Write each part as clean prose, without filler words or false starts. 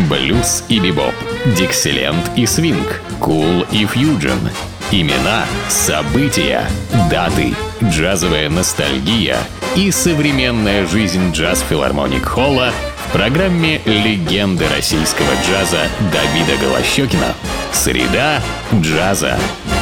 Блюз и бибоп, диксиленд и свинг, кул и фьюджен. Имена, события, даты, джазовая ностальгия и современная жизнь джаз-филармоник Холла в программе «Легенды российского джаза» Давида Голощёкина. Среда джаза.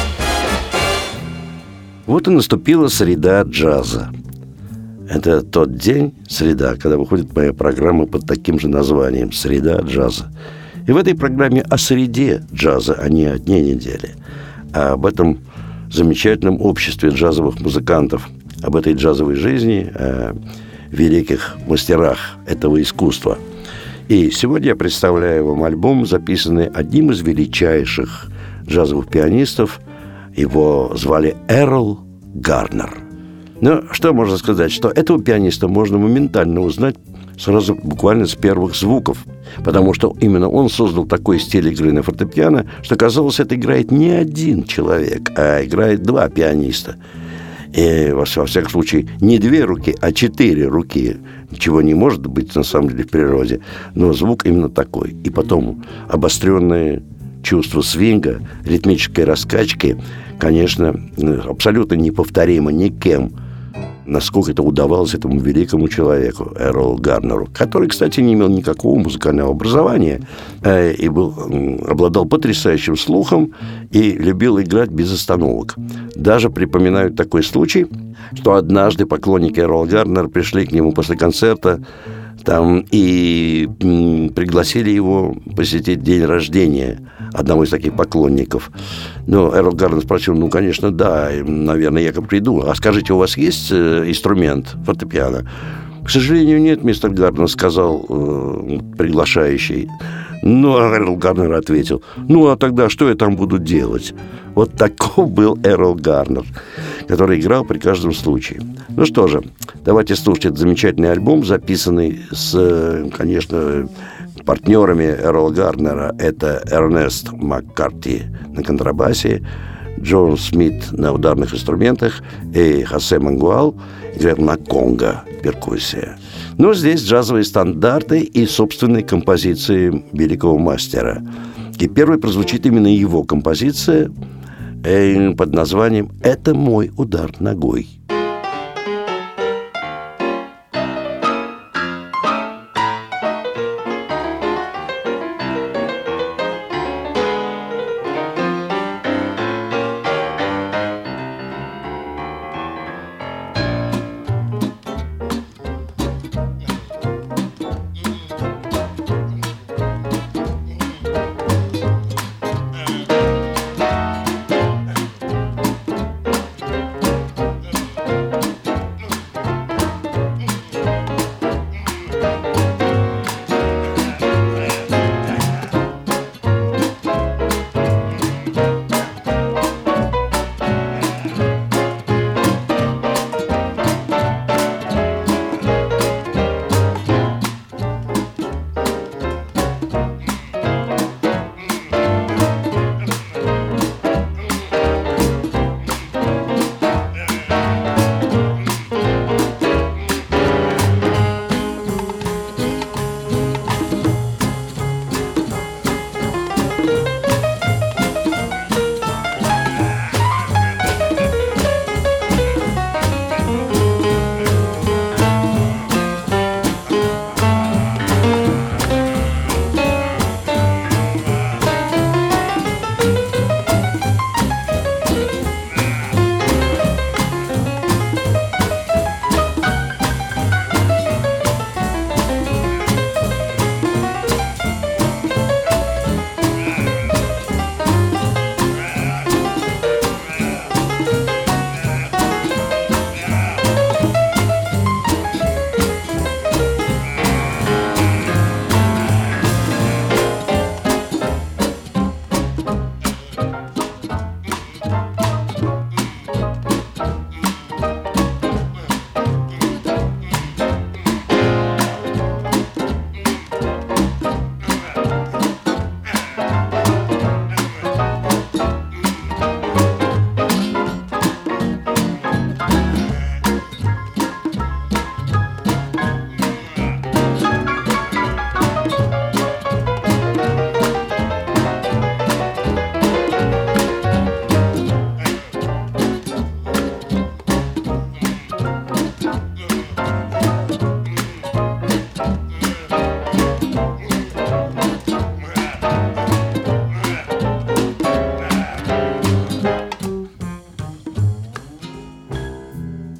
Вот и наступила среда джаза. Это тот день, среда, когда выходит моя программа под таким же названием «Среда джаза». И в этой программе о среде джаза, а не о дне недели. А об этом замечательном обществе джазовых музыкантов, об этой джазовой жизни, о великих мастерах этого искусства. И сегодня я представляю вам альбом, записанный одним из величайших джазовых пианистов. Его звали Эрл Гарнер. Ну, что можно сказать? Что этого пианиста можно моментально узнать сразу буквально с первых звуков. Потому что именно он создал такой стиль игры на фортепиано, что, казалось, это играет не один человек, а играет два пианиста. И, во всяком случае, не две руки, а 4 руки, чего не может быть, на самом деле, в природе. Но звук именно такой. И потом обостренные чувство свинга, ритмической раскачки, конечно, абсолютно неповторимо никем, насколько это удавалось этому великому человеку, Эрлу Гарнеру, который, кстати, не имел никакого музыкального образования и обладал потрясающим слухом и любил играть без остановок. Даже припоминают такой случай, что однажды поклонники Эрла Гарнера пришли к нему после концерта и пригласили его посетить день рождения одного из таких поклонников. Но Эрл Гарнер спросил, конечно, да, наверное, я приду. А скажите, у вас есть инструмент фортепиано? К сожалению, нет, мистер Гарнер, сказал приглашающий. Ну, а Эрл Гарнер ответил, а тогда что я там буду делать? Вот таков был Эрл Гарнер, который играл при каждом случае. Ну что же, давайте слушать этот замечательный альбом, записанный с, конечно, партнерами Эрла Гарнера. Это Эрнест Маккарти на контрабасе, Джон Смит на ударных инструментах и Хосе Мангуал играет на конго, перкуссия. Но здесь джазовые стандарты и собственные композиции великого мастера. И первой прозвучит именно его композиция под названием «Это мой удар ногой».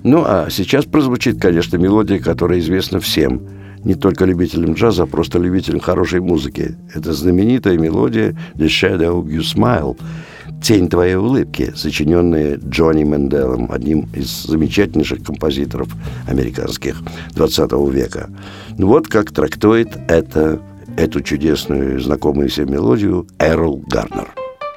Ну, а сейчас прозвучит, конечно, мелодия, которая известна всем. Не только любителям джаза, а просто любителям хорошей музыки. Это знаменитая мелодия «The Shadow of Your Smile» «Тень твоей улыбки», сочиненная Джонни Менделом, одним из замечательнейших композиторов американских XX века. Ну, вот как трактует эту чудесную, знакомую всем мелодию Эрл Гарнер.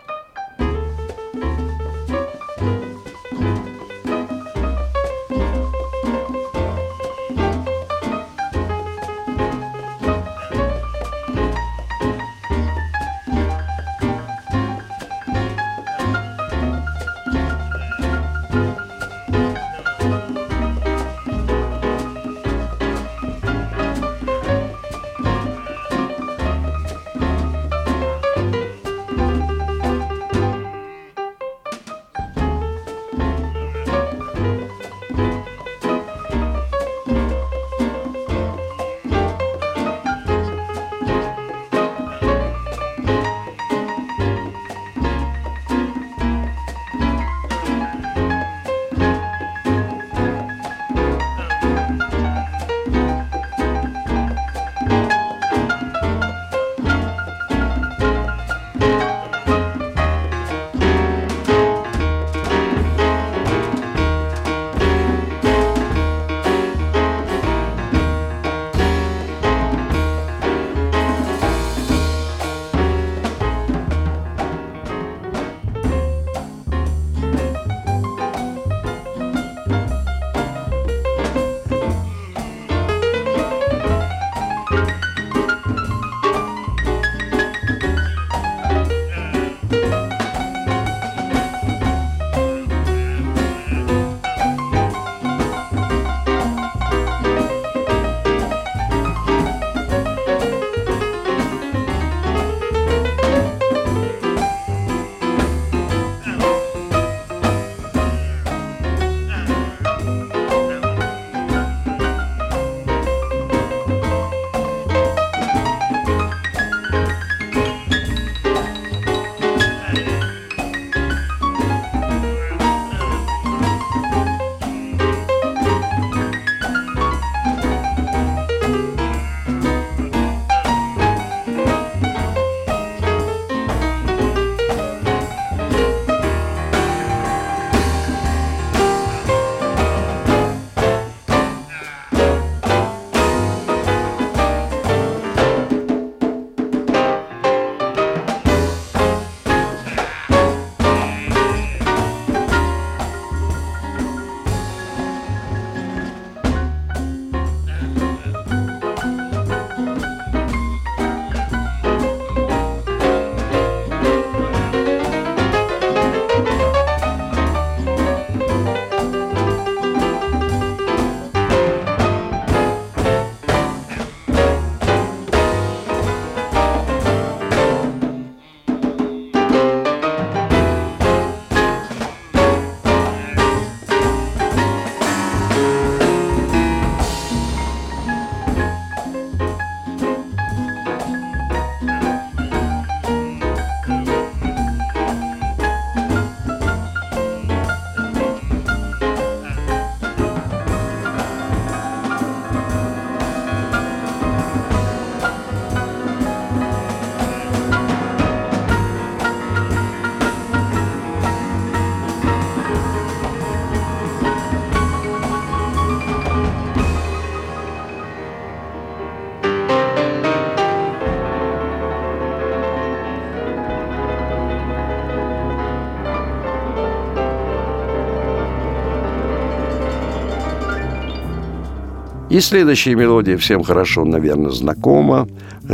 И следующая мелодия всем хорошо, наверное, знакома.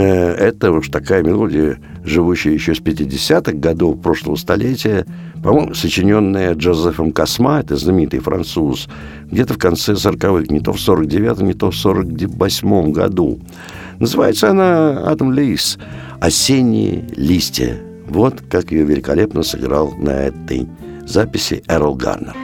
Это уж такая мелодия, живущая еще с 50-х годов прошлого столетия, по-моему, сочиненная Джозефом Косма, это знаменитый француз, где-то в конце 40-х, не то в 49-м, не то в 48-м году. Называется она «Autumn Leaves» «Осенние листья». Вот как ее великолепно сыграл на этой записи Эрл Гарнер.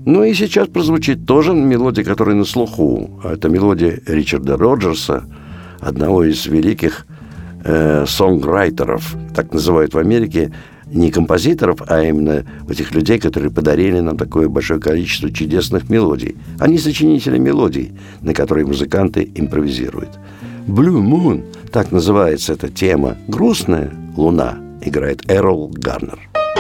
Ну и сейчас прозвучит тоже мелодия, которая на слуху. Это мелодия Ричарда Роджерса, одного из великих сонграйтеров, так называют в Америке, не композиторов, а именно этих людей, которые подарили нам такое большое количество чудесных мелодий. Они сочинители мелодий, на которые музыканты импровизируют. «Blue Moon» – так называется эта тема. «Грустная луна» играет Эрл Гарнер.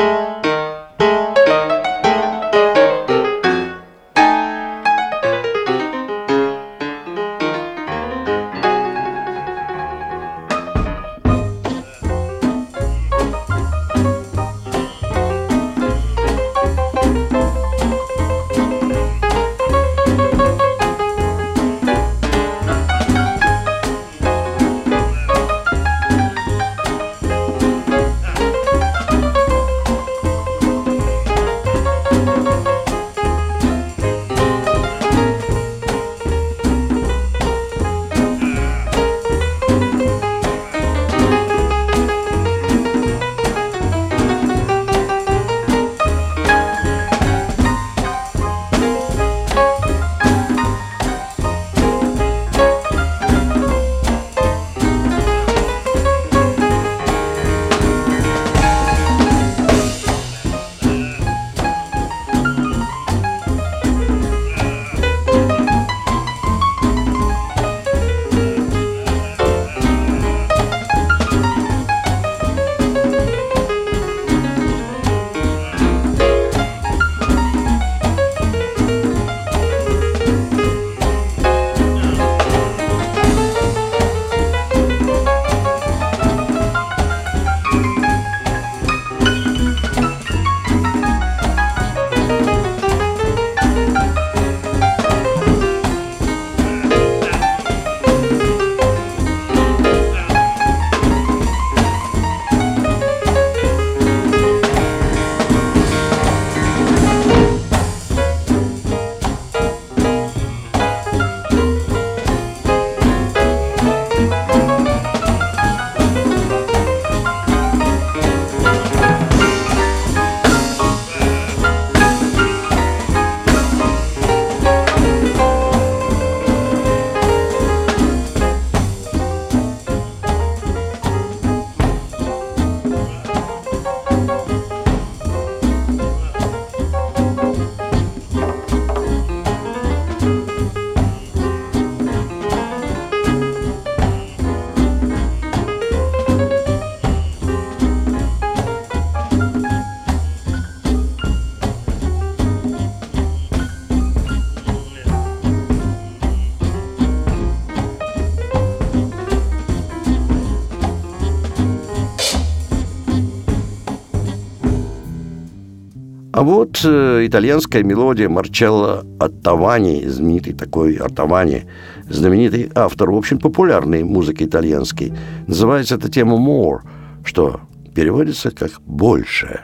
А вот итальянская мелодия Марчелло Оттавани, знаменитый такой Оттавани, знаменитый автор, в общем, популярной музыки итальянской. Называется эта тема «More», что переводится как «больше».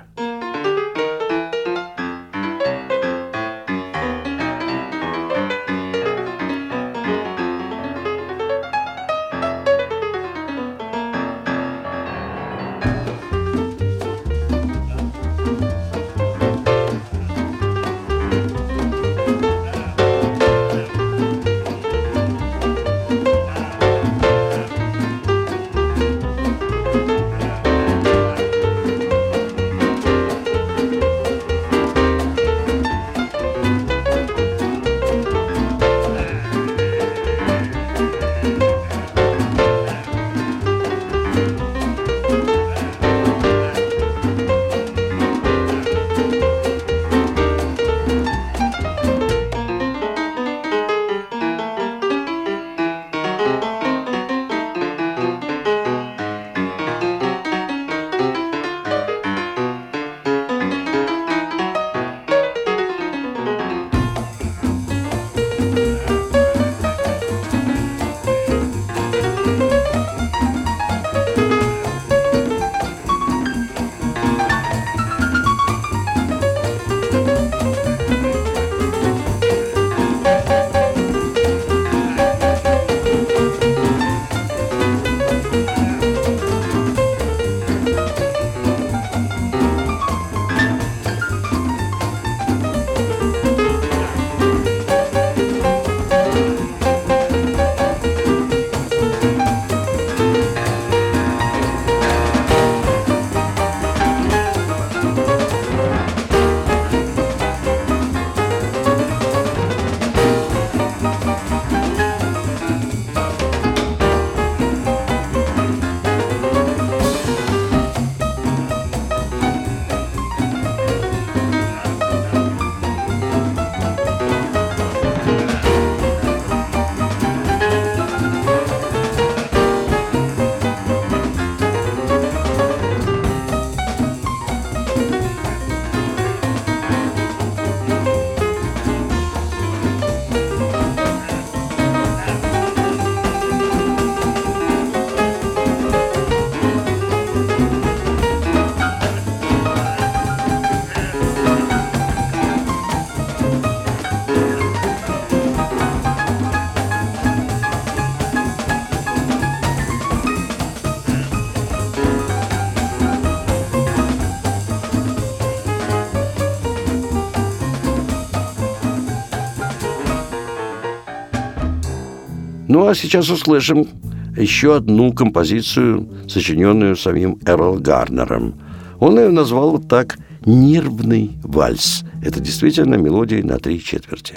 Ну, а сейчас услышим еще одну композицию, сочиненную самим Эрл Гарнером. Он ее назвал вот так «Нервный вальс». Это действительно мелодия на 3/4.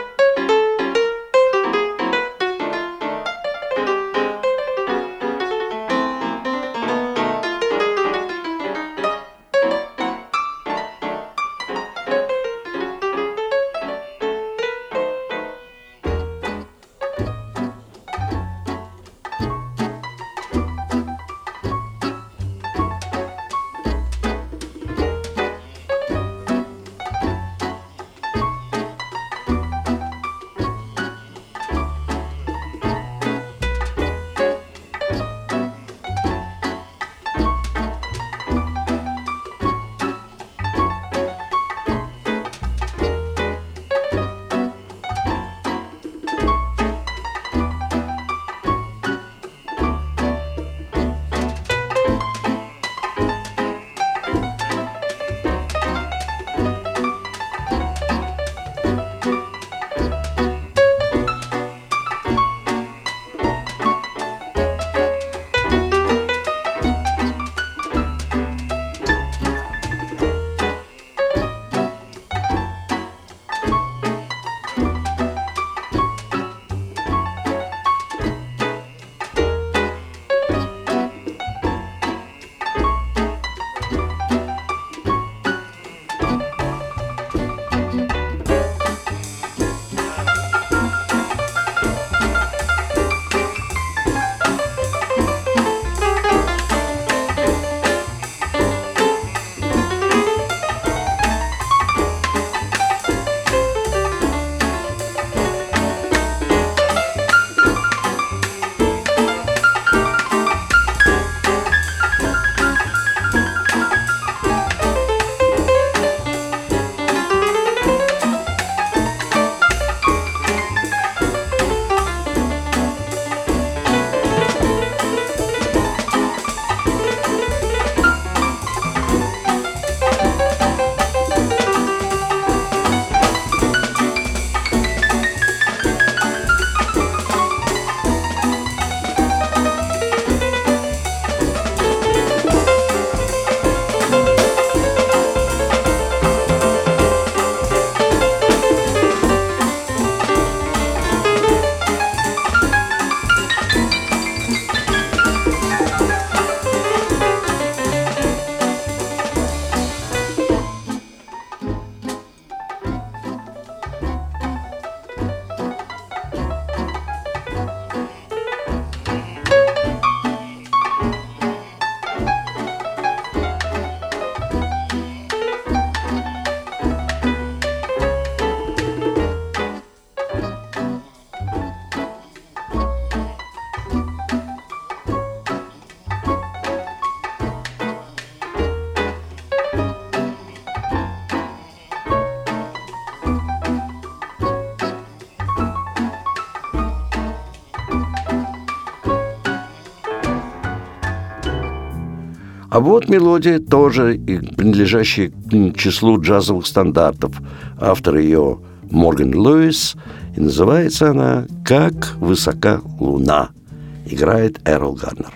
А вот мелодия, тоже принадлежащая к числу джазовых стандартов. Автор ее Морган Льюис, и называется она «Как высока луна». Играет Эрл Гарнер.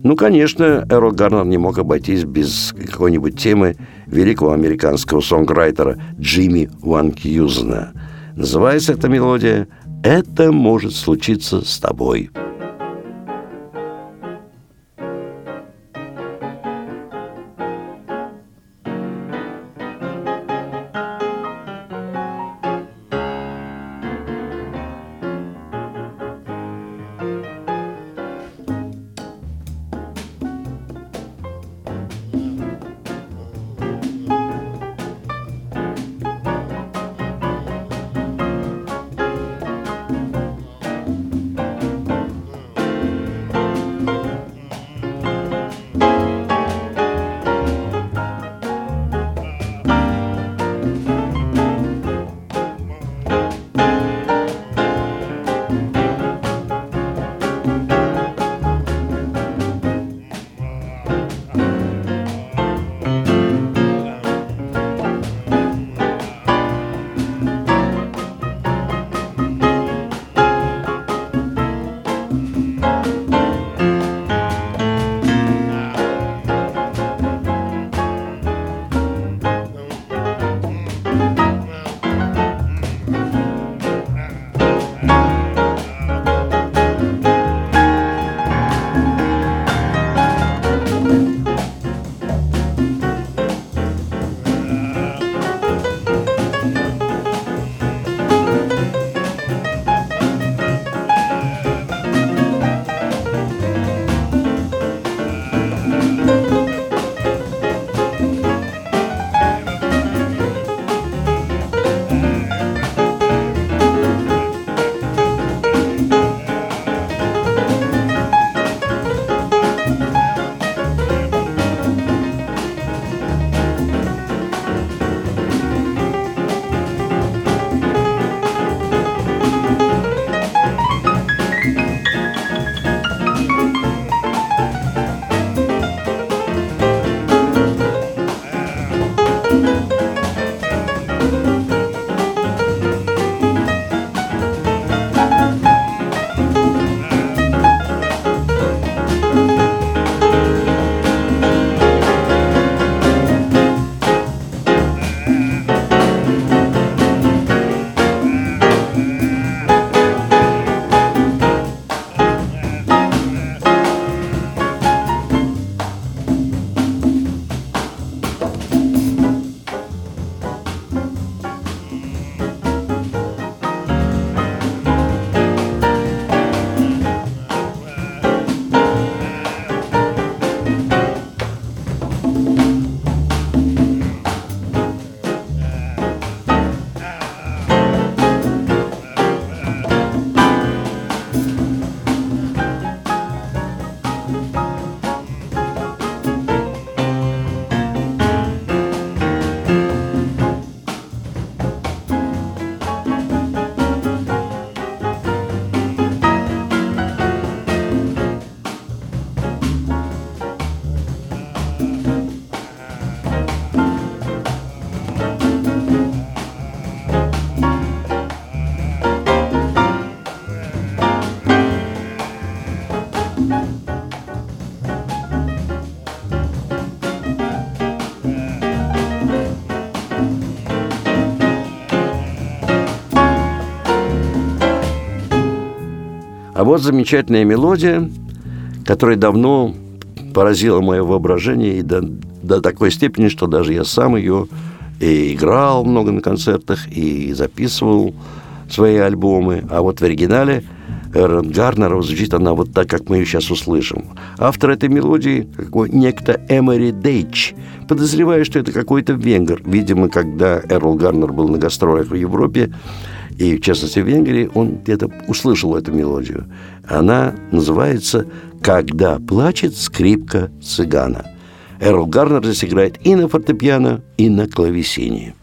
Ну, конечно, Эрл Гарнер не мог обойтись без какой-нибудь темы великого американского сонграйтера Джимми Ван Хьюзена. Называется эта мелодия «Это может случиться с тобой». А вот замечательная мелодия, которая давно поразила мое воображение и до такой степени, что даже я сам ее и играл много на концертах, и записывал свои альбомы. А вот в оригинале Эрла Гарнера звучит она вот так, как мы ее сейчас услышим. Автор этой мелодии некто Эмери Дейч. Подозреваю, что это какой-то венгр. Видимо, когда Эрл Гарнер был на гастролях в Европе, и, в частности, в Венгрии, он где-то услышал эту мелодию. Она называется «Когда плачет скрипка цыгана». Эрл Гарнер здесь играет и на фортепиано, и на клавесине.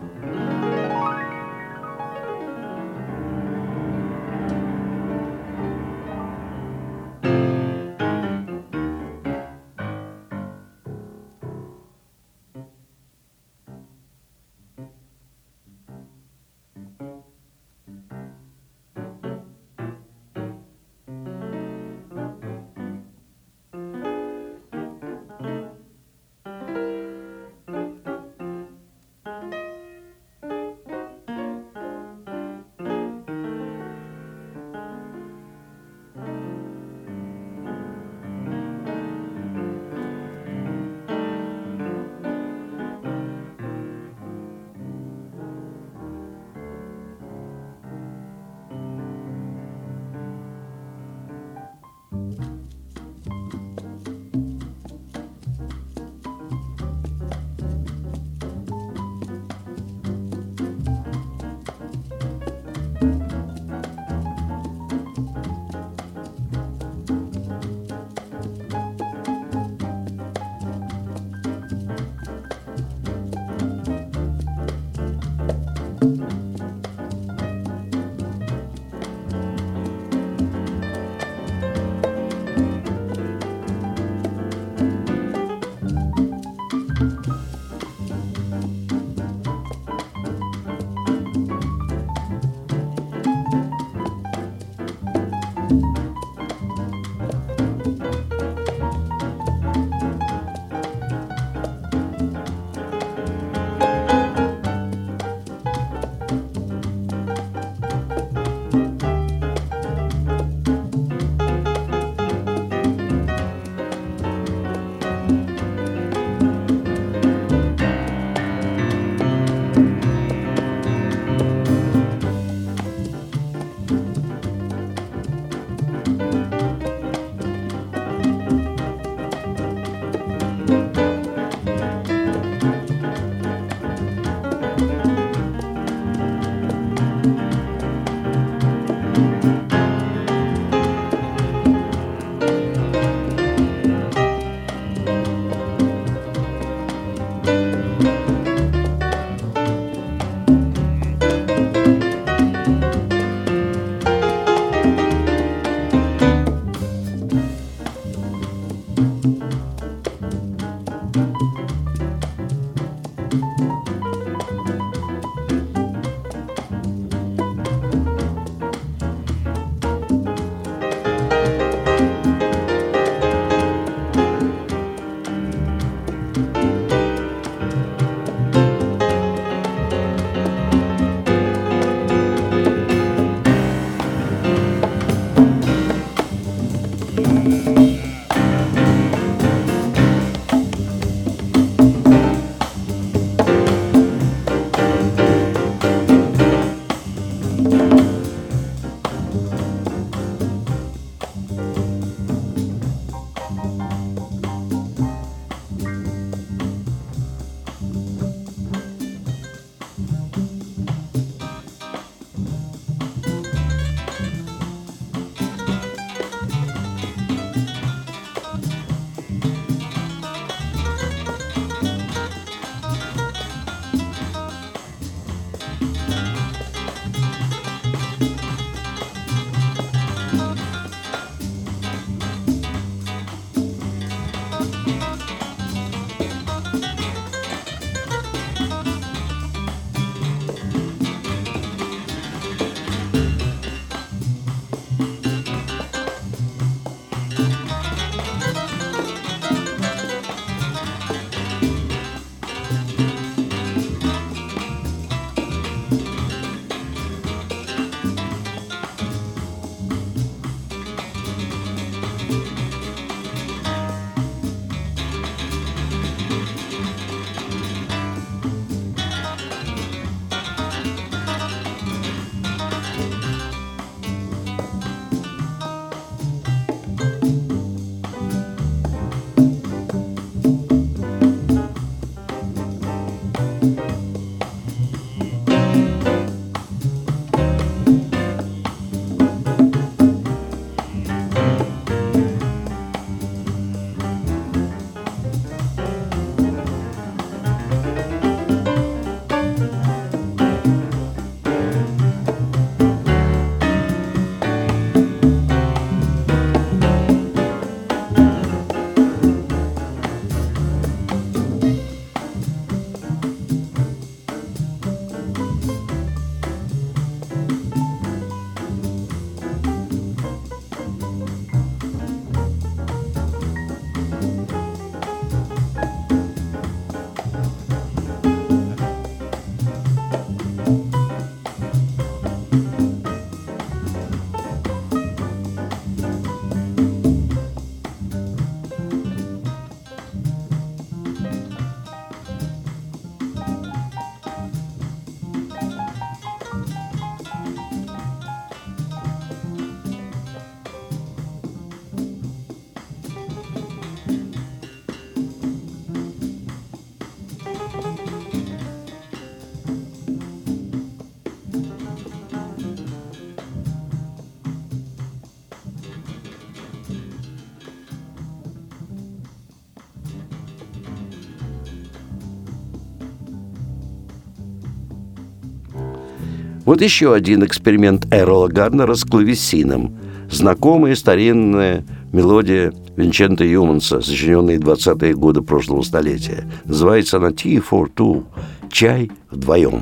Вот еще один эксперимент Эррола Гарднера с клавесином. Знакомая старинная мелодия Винченто Юманса, сочиненная в 20-е годы прошлого столетия. Называется она «Tea for Two» – «Чай вдвоем».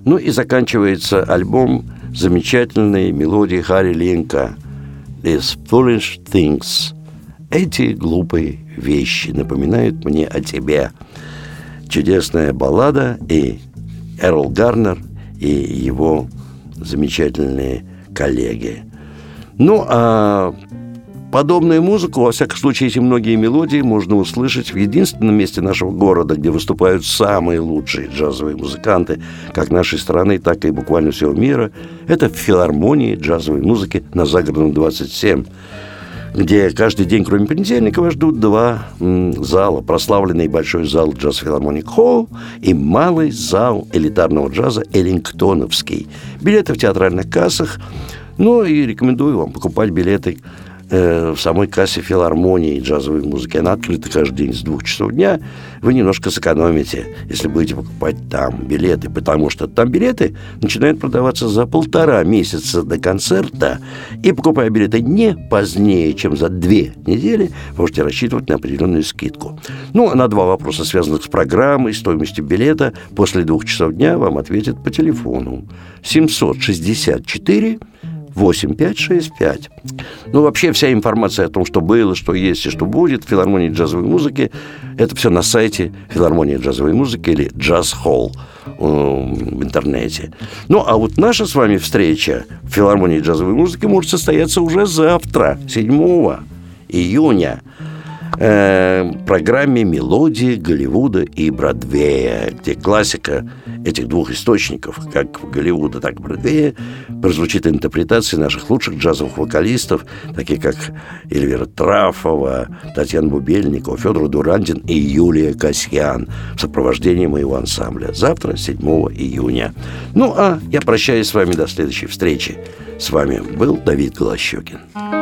Ну и заканчивается альбом замечательной мелодией Харри Линка «These Foolish Things». Эти глупые вещи напоминают мне о тебе. Чудесная баллада, и Эрл Гарнер, и его замечательные коллеги. Ну, а подобную музыку, во всяком случае, эти многие мелодии можно услышать в единственном месте нашего города, где выступают самые лучшие джазовые музыканты, как нашей страны, так и буквально всего мира. Это в филармонии джазовой музыки на Загородном 27, где каждый день, кроме понедельника, вас ждут два зала. Прославленный большой зал Джаз Филармоник Холл и малый зал элитарного джаза Эллингтоновский. Билеты в театральных кассах. Ну и рекомендую вам покупать билеты в самой кассе филармонии джазовой музыки. Она открыта каждый день с 2 часов дня. Вы немножко сэкономите, если будете покупать там билеты, потому что там билеты начинают продаваться за 1,5 месяца до концерта. И, покупая билеты не позднее, чем за 2 недели, можете рассчитывать на определенную скидку. Ну, а на 2 вопроса, связанных с программой, стоимостью билета, после 2 часов дня вам ответят по телефону 764 8565. Ну, вообще, вся информация о том, что было, что есть и что будет в филармонии джазовой музыки, это все на сайте филармонии джазовой музыки или Джаз Холл в интернете. Ну, а вот наша с вами встреча в филармонии джазовой музыки может состояться уже завтра, 7 июня, в программе «Мелодии Голливуда и Бродвея», где классика этих 2 источников, как Голливуда, так и Бродвея, прозвучит интерпретации наших лучших джазовых вокалистов, таких как Эльвира Трафова, Татьяна Бубельникова, Федор Дурандин и Юлия Касьян в сопровождении моего ансамбля. Завтра, 7 июня. Ну, а я прощаюсь с вами до следующей встречи. С вами был Давид Голощёкин.